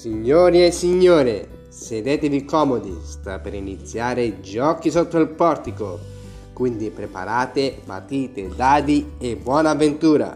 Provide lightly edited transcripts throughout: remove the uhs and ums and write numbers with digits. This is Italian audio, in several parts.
Signori e signore, sedetevi comodi, sta per iniziare Giochi sotto il portico, quindi preparate matite, dadi e buona avventura!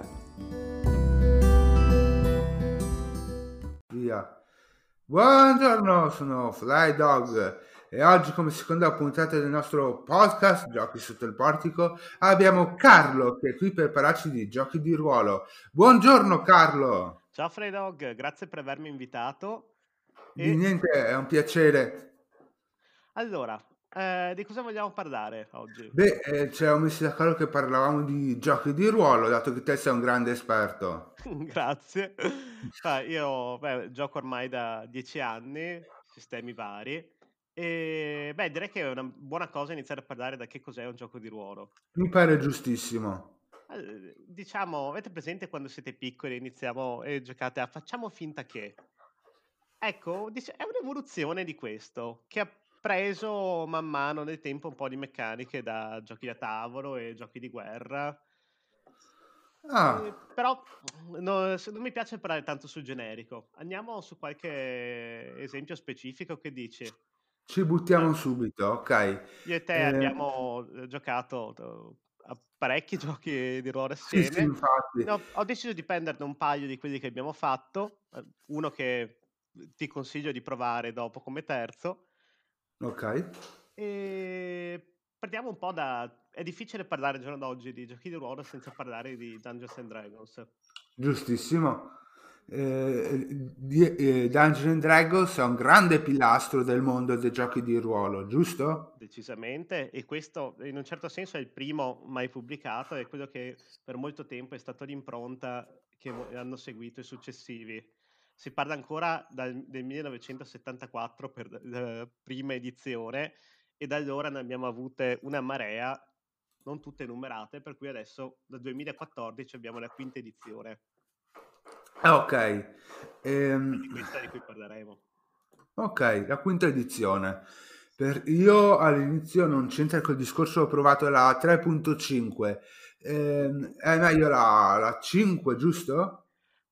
Via. Buongiorno, sono Fly Dog e oggi come seconda puntata del nostro podcast Giochi sotto il portico abbiamo Carlo che è qui per parlarci di giochi di ruolo. Buongiorno Carlo! Ciao Freydog, grazie per avermi invitato. Di E niente, è un piacere. allora, di cosa vogliamo parlare oggi? Ci eravamo messi d'accordo che parlavamo di giochi di ruolo, dato che te sei un grande esperto. Grazie. Io gioco ormai da 10 anni, sistemi vari, e direi che è una buona cosa iniziare a parlare da che cos'è un gioco di ruolo. Mi pare giustissimo. Diciamo, avete presente quando siete piccoli e iniziamo e giocate a facciamo finta che? Ecco, è un'evoluzione di questo, che ha preso man mano nel tempo un po' di meccaniche da giochi da tavolo e giochi di guerra. Ah, Però non mi piace parlare tanto sul generico. Andiamo su qualche esempio specifico, che dici? ci Eh, buttiamo subito, ok. io e te Eh, abbiamo giocato a parecchi giochi di ruolo sì, sì, assieme. infatti. No, ho deciso di prenderne un paio di quelli che abbiamo fatto, uno che ti consiglio di provare dopo come terzo. Ok. E partiamo un po' da... È difficile parlare al giorno d'oggi di giochi di ruolo senza parlare di Dungeons and Dragons. Giustissimo. Dungeons and Dragons è un grande pilastro del mondo dei giochi di ruolo, giusto? Decisamente, e questo in un certo senso è il primo mai pubblicato, è quello che per molto tempo è stato l'impronta che hanno seguito i successivi. Si parla ancora del 1974 per la prima edizione, e da allora ne abbiamo avute una marea, non tutte numerate, per cui adesso dal 2014 abbiamo la quinta edizione, Ok. e di Ehm, questa di cui parleremo. ok, la quinta edizione. Io all'inizio non c'entra col discorso, ho provato la 3.5. È meglio la 5, giusto?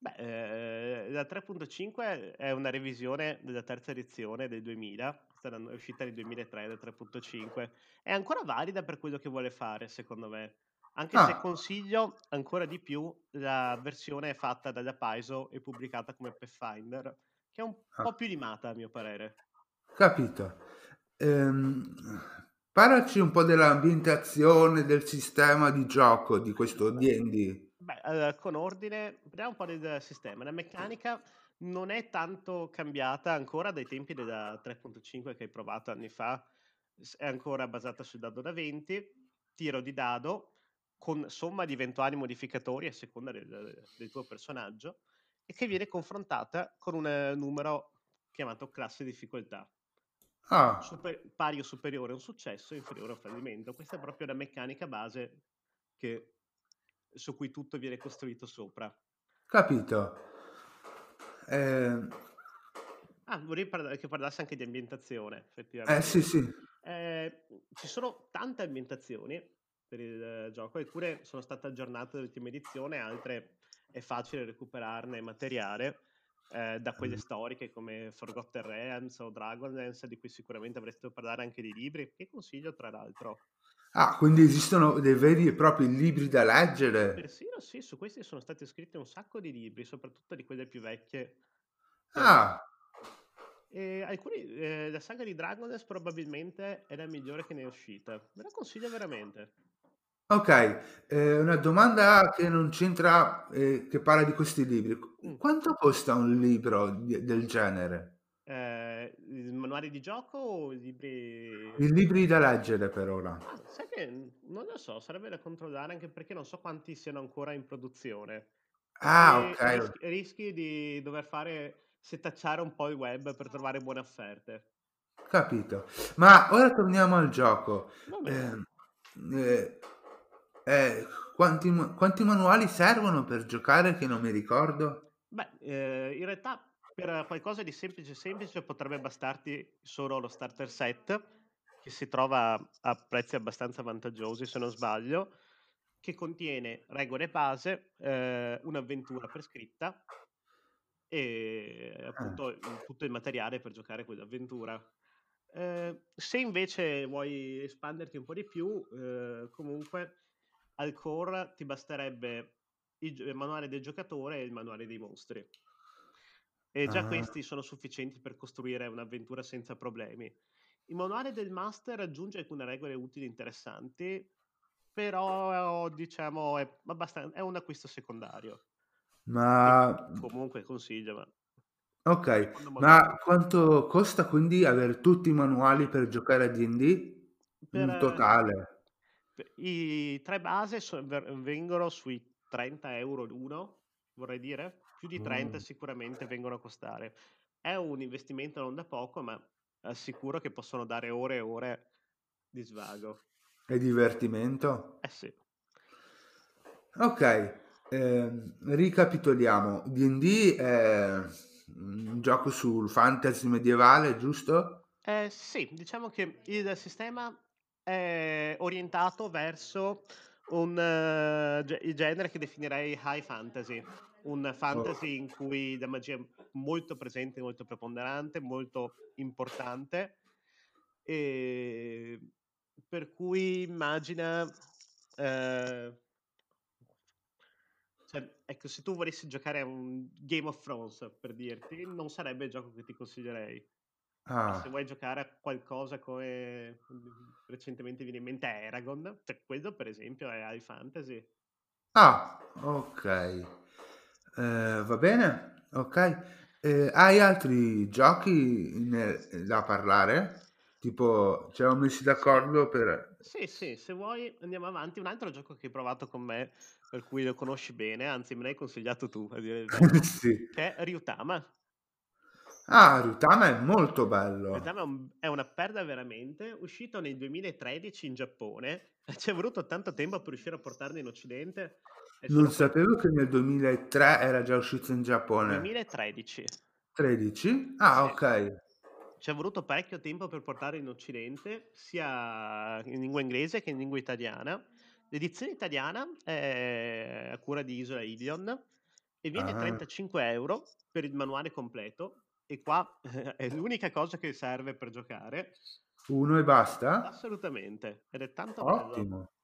La 3.5 è una revisione della terza edizione del 2000, questa è uscita nel 2003, la 3.5. È ancora valida per quello che vuole fare, secondo me, anche se Ah, consiglio ancora di più la versione fatta dalla Paizo e pubblicata come Pathfinder, che è un ah, po' più limata a mio parere. capito. Ehm, Parlaci un po' dell'ambientazione, del sistema di gioco di questo D&D. Con ordine, vediamo un po' del sistema. La meccanica non è tanto cambiata ancora dai tempi della 3.5 che hai provato anni fa, è ancora basata sul dado da 20, tiro di dado con somma di eventuali modificatori a seconda del tuo personaggio, e che viene confrontata con un numero chiamato classe difficoltà. Ah, Pari o superiore a un successo, inferiore a un fallimento. Questa è proprio la meccanica base che su cui tutto viene costruito sopra. capito. Eh, Vorrei che parlassi anche di ambientazione, sì, effettivamente. sì. Ci sono tante ambientazioni per il gioco, alcune sono state aggiornate dall'ultima edizione, altre è facile recuperarne materiale, da quelle storiche come Forgotten Realms o Dragonlance, di cui sicuramente avreste parlare anche di libri, che consiglio tra l'altro. Ah, quindi esistono dei veri e propri libri da leggere? Persino sì, su questi sono stati scritti un sacco di libri, soprattutto di quelle più vecchie. Eh, Ah, la saga di Dragonlance probabilmente è la migliore che ne è uscita. Ve la consiglio veramente. ok. Una domanda che non c'entra, che parla di questi libri. Mm. Quanto costa un libro del genere? I manuali di gioco o i libri? I libri da leggere per ora. Sai che non lo so, sarebbe da controllare, anche perché non so quanti siano ancora in produzione. Per Ah, cui ok, rischi di dover setacciare un po' il web per trovare buone offerte. capito. Ma ora torniamo al gioco. Va bene. Ehm, eh, quanti manuali servono per giocare che non mi ricordo? In realtà per qualcosa di semplice semplice potrebbe bastarti solo lo starter set, che si trova a prezzi abbastanza vantaggiosi se non sbaglio, che contiene regole base, un'avventura prescritta e appunto tutto il materiale per giocare quell'avventura. Se invece vuoi espanderti un po' di più, comunque al core ti basterebbe il manuale del giocatore e il manuale dei mostri. E già Ah, questi sono sufficienti per costruire un'avventura senza problemi. Il manuale del master aggiunge alcune regole utili e interessanti, però diciamo è un acquisto secondario. Che ma comunque consiglio, ma ok, secondo manuale. ma quanto costa quindi avere tutti i manuali per giocare a D&D? Per, In totale? I tre base vengono sui 30 euro l'uno, vorrei dire. Più di 30 Mm. sicuramente vengono a costare. È un investimento non da poco, ma assicuro che possono dare ore e ore di svago. E divertimento? Eh sì. Ok, ricapitoliamo. D&D è un gioco sul fantasy medievale, giusto? Sì, diciamo che il sistema è orientato verso il genere che definirei high fantasy, un Oh, fantasy in cui la magia è molto presente, molto preponderante, molto importante, e per cui immagina, eh, cioè, ecco, se tu volessi giocare a un Game of Thrones, per dirti, non sarebbe il gioco che ti consiglierei. Ma se ah, vuoi giocare a qualcosa come recentemente viene in mente Eragon, cioè quello per esempio è high fantasy. ok. Va bene, ok. Hai altri giochi da parlare? Tipo, ci eravamo messi Sì, d'accordo per... sì, sì, se vuoi andiamo avanti. Un altro gioco che hai provato con me, per cui lo conosci bene, anzi me l'hai consigliato tu, a dire il vero, Sì. che è Ryutama. Ah, Rutama è molto bello. Ryutama è una perla veramente, uscito nel 2013 in Giappone, ci è voluto tanto tempo per riuscire a portarlo in Occidente, e Non solo sapevo che nel 2003 era già uscito in Giappone. 2013. 13? Ah, Sì. ok. Ci è voluto parecchio tempo per portarlo in Occidente, sia in lingua inglese che in lingua italiana. L'edizione italiana è a cura di Isola Ilion e viene Ah, 35 euro per il manuale completo. E qua è l'unica cosa che serve per giocare. uno e basta? Assolutamente, ed è tanto bello. Ottimo.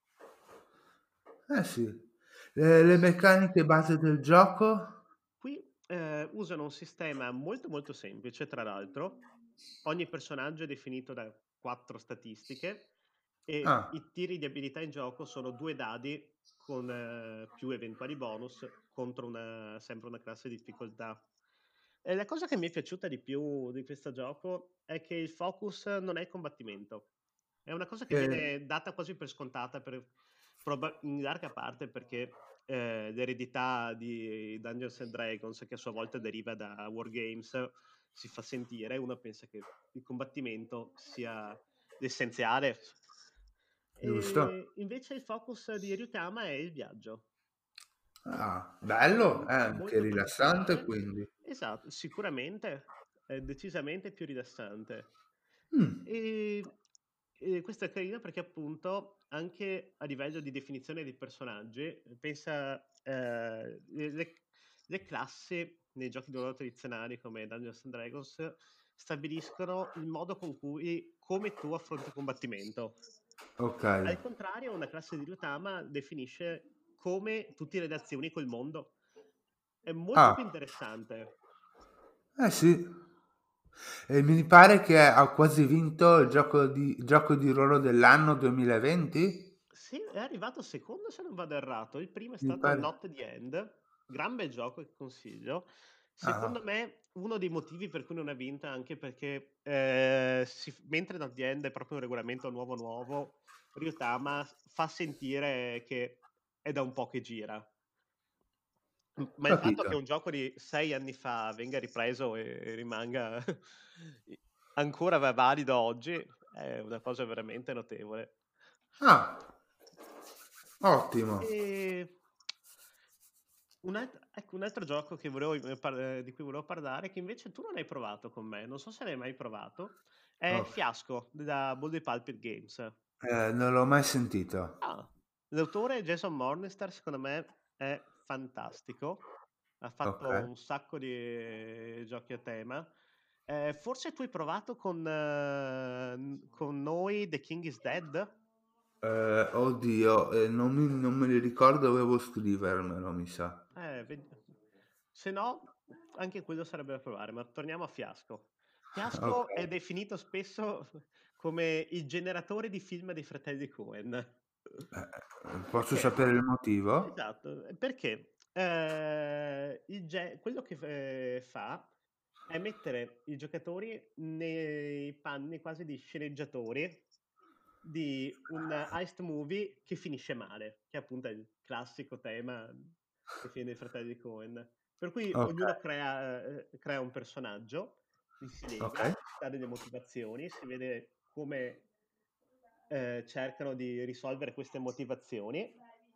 Eh sì. Le meccaniche base del gioco? Qui usano un sistema molto molto semplice, tra l'altro. Ogni personaggio è definito da 4 statistiche e Ah, i tiri di abilità in gioco sono 2 dadi con più eventuali bonus contro sempre una classe di difficoltà. E la cosa che mi è piaciuta di più di questo gioco è che il focus non è il combattimento. È una cosa che eh, viene data quasi per scontata in larga parte perché l'eredità di Dungeons and Dragons, che a sua volta deriva da Wargames, si fa sentire. Uno pensa che il combattimento sia l'essenziale. giusto. E invece il focus di Ryutama è il viaggio. Ah, bello, è anche Molto rilassante particolare. quindi. Esatto, sicuramente è decisamente più rilassante. Mm, E, e questo è carino perché appunto anche a livello di definizione dei personaggi, pensa le classi nei giochi di ruolo tradizionali come Dungeons and Dragons stabiliscono il modo con cui come tu affronti il combattimento. ok. Al contrario, una classe di Ryutama definisce come tu ti relazioni col mondo. È molto più Ah, interessante. eh sì. E mi pare che ha quasi vinto il gioco di ruolo dell'anno 2020? Sì, è arrivato secondo se non vado errato. Il primo è Mi stato pare. Not the End, gran bel gioco che consiglio. Secondo Ah, me uno dei motivi per cui non ha vinto è anche perché mentre Not the End è proprio un regolamento nuovo nuovo, Ryutama fa sentire che è da un po' che gira. Ma il fatto che capito. un gioco di 6 anni fa venga ripreso e rimanga ancora valido oggi è una cosa veramente notevole. Ah, ottimo. E ecco, un altro gioco che di cui volevo parlare, che invece tu non hai provato con me, non so se l'hai mai provato, è Oh, Fiasco da Boulder Pulpit Games. non l'ho mai sentito. Ah, l'autore Jason Morningstar secondo me è fantastico. Ha fatto Ok. un sacco di giochi a tema. Forse tu hai provato con noi The King is Dead? Oddio, non me li ricordo, dovevo scrivermelo, mi sa. Se no, anche quello sarebbe da provare, ma torniamo a Fiasco. Ok. Fiasco è definito spesso come il generatore di film dei fratelli Coen. Posso Perché? sapere il motivo? Esatto, perché quello che fa è mettere i giocatori nei panni quasi di sceneggiatori di un heist movie che finisce male, che appunto è il classico tema dei film dei fratelli Coen. Per cui Ok, ognuno crea un personaggio, li si ok, lega, dà delle motivazioni, si vede come cercano di risolvere queste motivazioni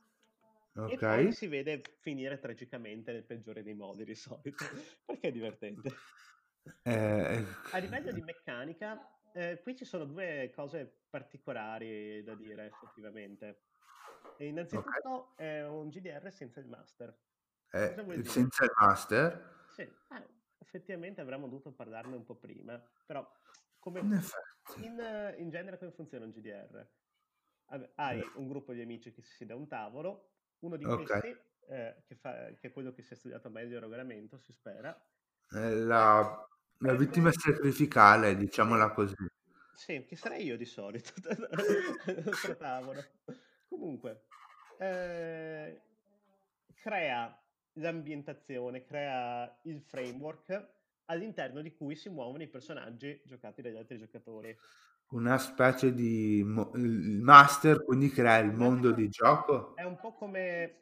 e ok. poi li si vede finire tragicamente nel peggiore dei modi di solito, perché è divertente. Eh, A livello di meccanica, qui ci sono due cose particolari da dire effettivamente. E ok. innanzitutto è un GDR senza il master. Cosa vuol dire? Senza il master? Sì, effettivamente avremmo dovuto parlarne un po' prima, però In come effetti. in genere come funziona un GDR? Eh, Hai un gruppo di amici che si siede a un tavolo, uno di ok. questi, che è quello che si è studiato meglio il regolamento, si spera, eh, La vittima prende... sacrificale, diciamola Sì, così. sì, che sarei io di solito al nostro tavolo. Comunque, eh, crea l'ambientazione, crea il framework all'interno di cui si muovono i personaggi giocati dagli altri giocatori. Una specie di il master, quindi crea il mondo Immagina, di gioco. è un po' come...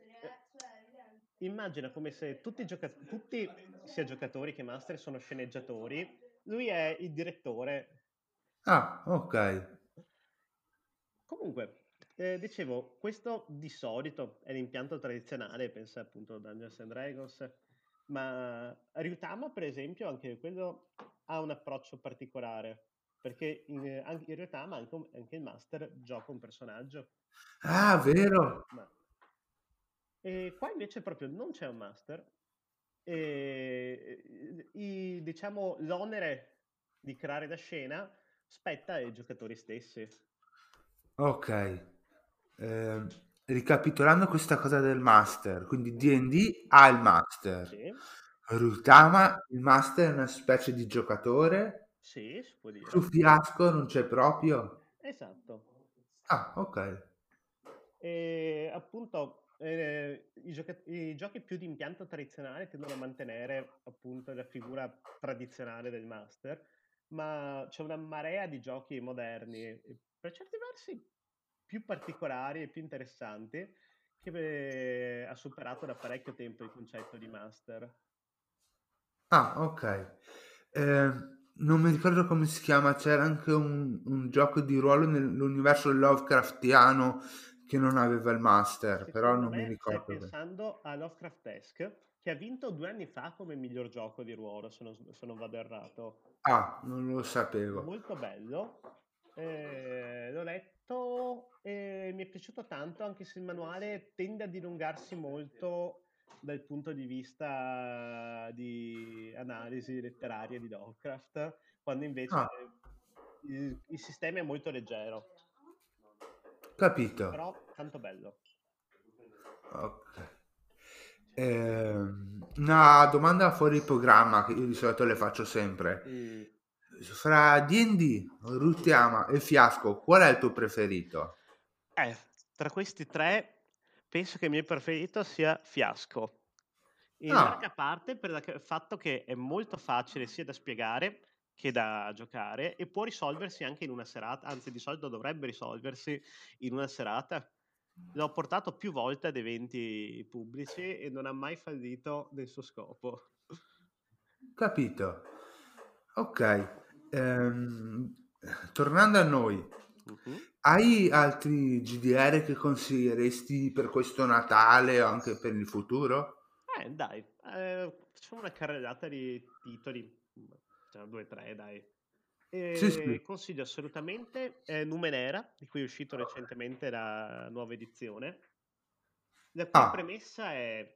immagina come se tutti, sia giocatori che master, sono sceneggiatori. Lui è il direttore. Ah, ok. Comunque, dicevo, questo di solito è l'impianto tradizionale, pensa appunto a Dungeons and Dragons, ma Ryutama, per esempio, anche quello ha un approccio particolare, perché in Ryutama anche il master gioca un personaggio che si Ah, chiama vero? Ma. E qua invece proprio non c'è un master, e diciamo l'onere di creare la scena spetta ai giocatori stessi. Ok. Ehm, Ricapitolando questa cosa del master, quindi Mhm. D&D ha il master. Sì, Rutama, il master è una specie di giocatore. sì, si può Su dire. Fiasco non c'è proprio. Esatto. Ah, ok. E appunto i giochi più di impianto tradizionale tendono a mantenere appunto la figura tradizionale del master, ma c'è una marea di giochi moderni, e per certi versi più particolari e più interessanti, che ha superato da parecchio tempo il concetto di master. Ah, ok. Non mi ricordo come si chiama, c'era anche un gioco di ruolo nell'universo Lovecraftiano che non aveva il master, però Secondo non mi me stai ricordo bene. pensando a Lovecraft-esque, che ha vinto 2 anni fa come miglior gioco di ruolo, se non vado errato. Ah, non lo sapevo. Molto bello. L'ho letto e mi è piaciuto tanto, anche se il manuale tende a dilungarsi molto dal punto di vista di analisi letteraria di Lovecraft, quando invece Ah, il sistema è molto leggero, capito. però tanto bello. Ok. Una domanda fuori programma che io di solito le faccio sempre. Mm. Fra D&D, Rutiama e Fiasco, qual è il tuo preferito? Tra questi tre penso che il mio preferito sia Fiasco. In larga Ah, parte per il fatto che è molto facile sia da spiegare che da giocare e può risolversi anche in una serata, anzi di solito dovrebbe risolversi in una serata. L'ho portato più volte ad eventi pubblici e non ha mai fallito nel suo scopo. capito. Ok. Ehm, Tornando a noi, Mhm. hai altri GDR che consiglieresti per questo Natale o anche per il futuro? Dai, facciamo una carrellata di titoli, cioè 2 o 3, dai. Sì, sì. Consiglio assolutamente Numenera, di cui è uscito recentemente la nuova edizione, la cui Ah, premessa è: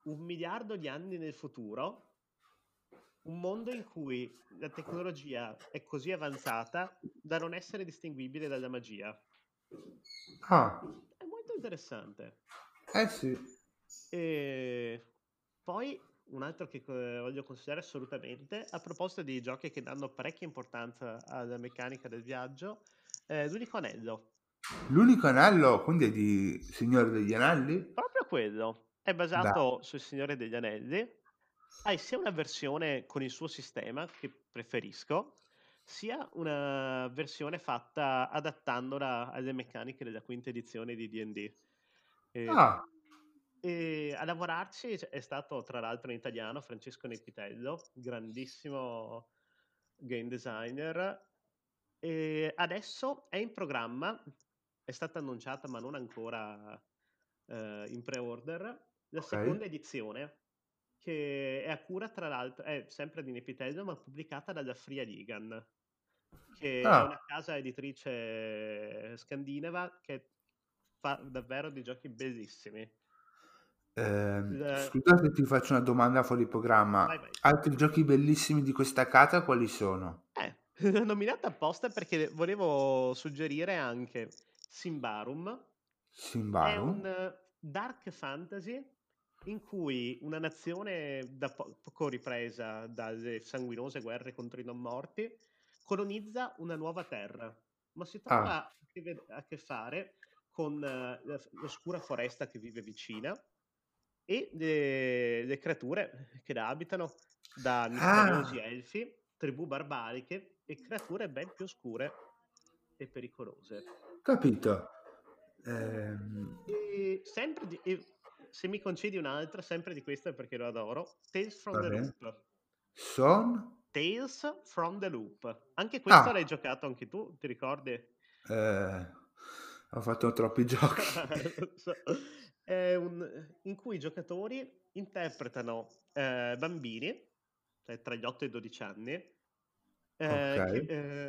1 miliardo di anni nel futuro, un mondo in cui la tecnologia è così avanzata da non essere distinguibile dalla magia. Ah, È molto interessante. eh sì. E poi un altro che voglio consigliare assolutamente, a proposito di giochi che danno parecchia importanza alla meccanica del viaggio, l'unico anello. L'unico anello, quindi è di Signore degli Anelli? Proprio quello. È Beh, basato sul Signore degli Anelli. Hai sia una versione con il suo sistema, che preferisco, sia una versione fatta adattandola alle meccaniche della quinta edizione di D&D. E, ah, e a lavorarci è stato, tra l'altro, in italiano, Francesco Nepitello, grandissimo game designer. E adesso è in programma, è stata annunciata ma non ancora in pre-order, la ok. seconda edizione, che è a cura, tra l'altro, è sempre di Nepitello, ma pubblicata dalla Fria Ligan, che è Ah, una casa editrice scandinava che fa davvero dei giochi bellissimi. Il- scusa se ti faccio una domanda fuori programma. Vai, vai. Altri giochi bellissimi di questa casa quali sono? L'ho nominata apposta perché volevo suggerire anche Symbaroum. È Simbaru? un dark fantasy in cui una nazione da poco ripresa dalle sanguinose guerre contro i non morti colonizza una nuova terra, ma si Ah, trova a che fare con l'oscura foresta che vive vicina e le creature che la abitano, da misteriosi ah, elfi, tribù barbariche e creature ben più oscure e pericolose. capito. E sempre se mi concedi un'altra, sempre di questa perché lo adoro, Tales from Va the bene. Loop. Son? Tales from the Loop. Anche questo Ah, l'hai giocato anche tu, ti ricordi? eh, ho fatto troppi giochi. So. È in cui i giocatori interpretano bambini, cioè tra gli 8 e i 12 anni, Ok, che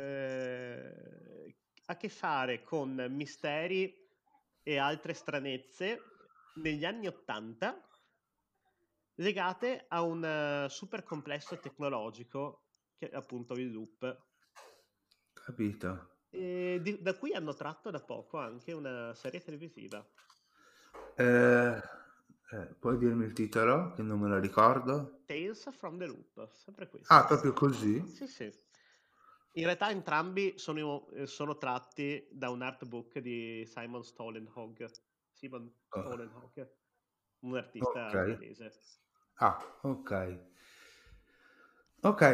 ha a che fare con misteri e altre stranezze negli anni 80 legate a un super complesso tecnologico che è appunto il loop. capito. E da cui hanno tratto da poco anche una serie televisiva. Eh, puoi dirmi il titolo, che non me lo ricordo? Tales from the Loop, sempre Ah, questo. proprio così? Sì, sì. In realtà entrambi sono tratti da un artbook di Simon Stollenhog. Simon Oh, Stollenhog, un ok. artista svedese. Ah, ok. Ok,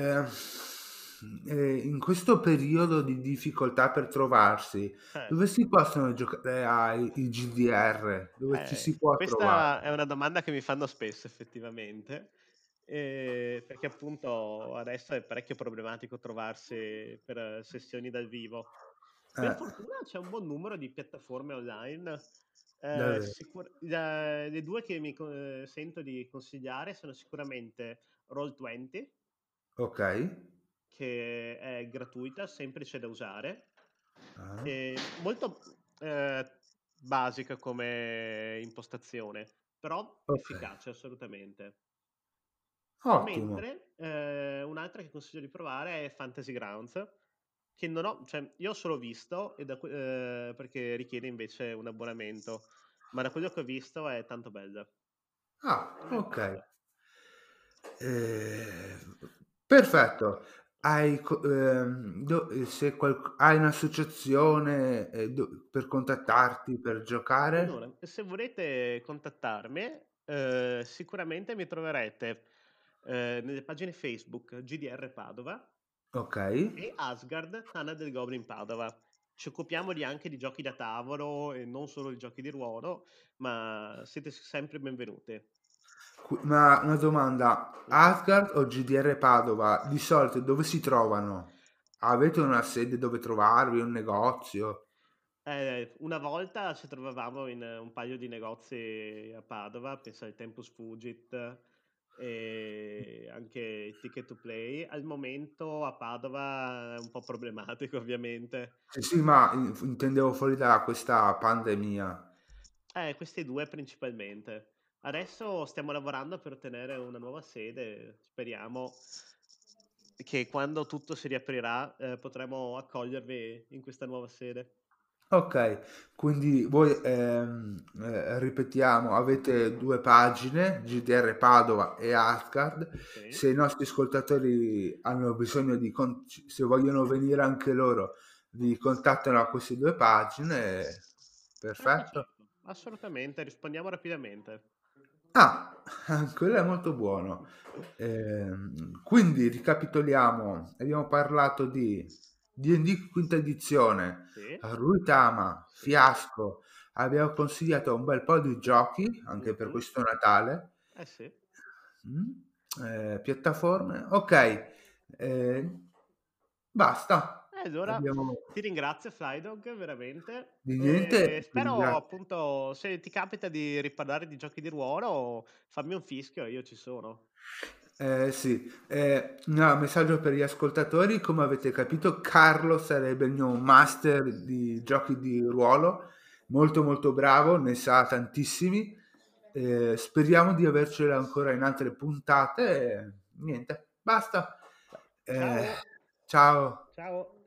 in questo periodo di difficoltà per trovarsi, Eh, dove si possono giocare ai GDR? Dove ci si può questa trovare? è una domanda che mi fanno spesso effettivamente, perché appunto adesso è parecchio problematico trovarsi per sessioni dal vivo. Per Eh, fortuna c'è un buon numero di piattaforme online. davvero. Le due che sento di consigliare sono sicuramente Roll20, Ok. che è gratuita, semplice da usare, Ah, e molto basica come impostazione, però ok. efficace assolutamente. Ottimo. Mentre un'altra che consiglio di provare è Fantasy Grounds, che non ho, cioè io ho solo visto perché richiede invece un abbonamento, ma da quello che ho visto è tanto bella, Ah, veramente ok. bella. Eh, perfetto. Se hai un'associazione per contattarti per giocare? Allora, se volete contattarmi, sicuramente mi troverete nelle pagine Facebook GDR Padova Ok. e Asgard, Tana del Goblin Padova. Ci occupiamo anche di giochi da tavolo e non solo di giochi di ruolo, ma siete sempre benvenuti. Ma una domanda, Asgard o GDR Padova, di solito dove si trovano? Avete una sede dove trovarvi, un negozio? Una volta ci trovavamo in un paio di negozi a Padova, penso al Tempus Fugit e anche Ticket to Play. Al momento a Padova è un po' problematico, ovviamente. Sì, sì, ma intendevo fuori da questa pandemia. Questi due principalmente. Adesso stiamo lavorando per ottenere una nuova sede, speriamo che quando tutto si riaprirà potremo accogliervi in questa nuova sede. Ok, quindi voi ripetiamo, avete due pagine, GDR Padova e Asgard. Sì, Se i nostri ascoltatori hanno bisogno se vogliono venire anche loro, vi contattano a queste due pagine. certo, Perfetto. certo, assolutamente, rispondiamo rapidamente. Ah, quello è molto buono. Quindi ricapitoliamo, abbiamo parlato di D&D quinta edizione, Sì, Ruitama, sì, Fiasco, abbiamo consigliato un bel po' di giochi anche per mhm, questo Natale. eh sì. Piattaforme, ok, eh, basta. E allora Abbiamo ti ringrazio Flydog, veramente. di E niente, ti spero ringrazio. appunto, se ti capita di riparlare di giochi di ruolo, fammi un fischio, io ci sono. Sì, no, messaggio per gli ascoltatori, come avete capito, Carlo sarebbe il mio master di giochi di ruolo, molto molto bravo, ne sa tantissimi, speriamo di avercela ancora in altre puntate, niente, basta. Eh, Ciao, ciao. ciao.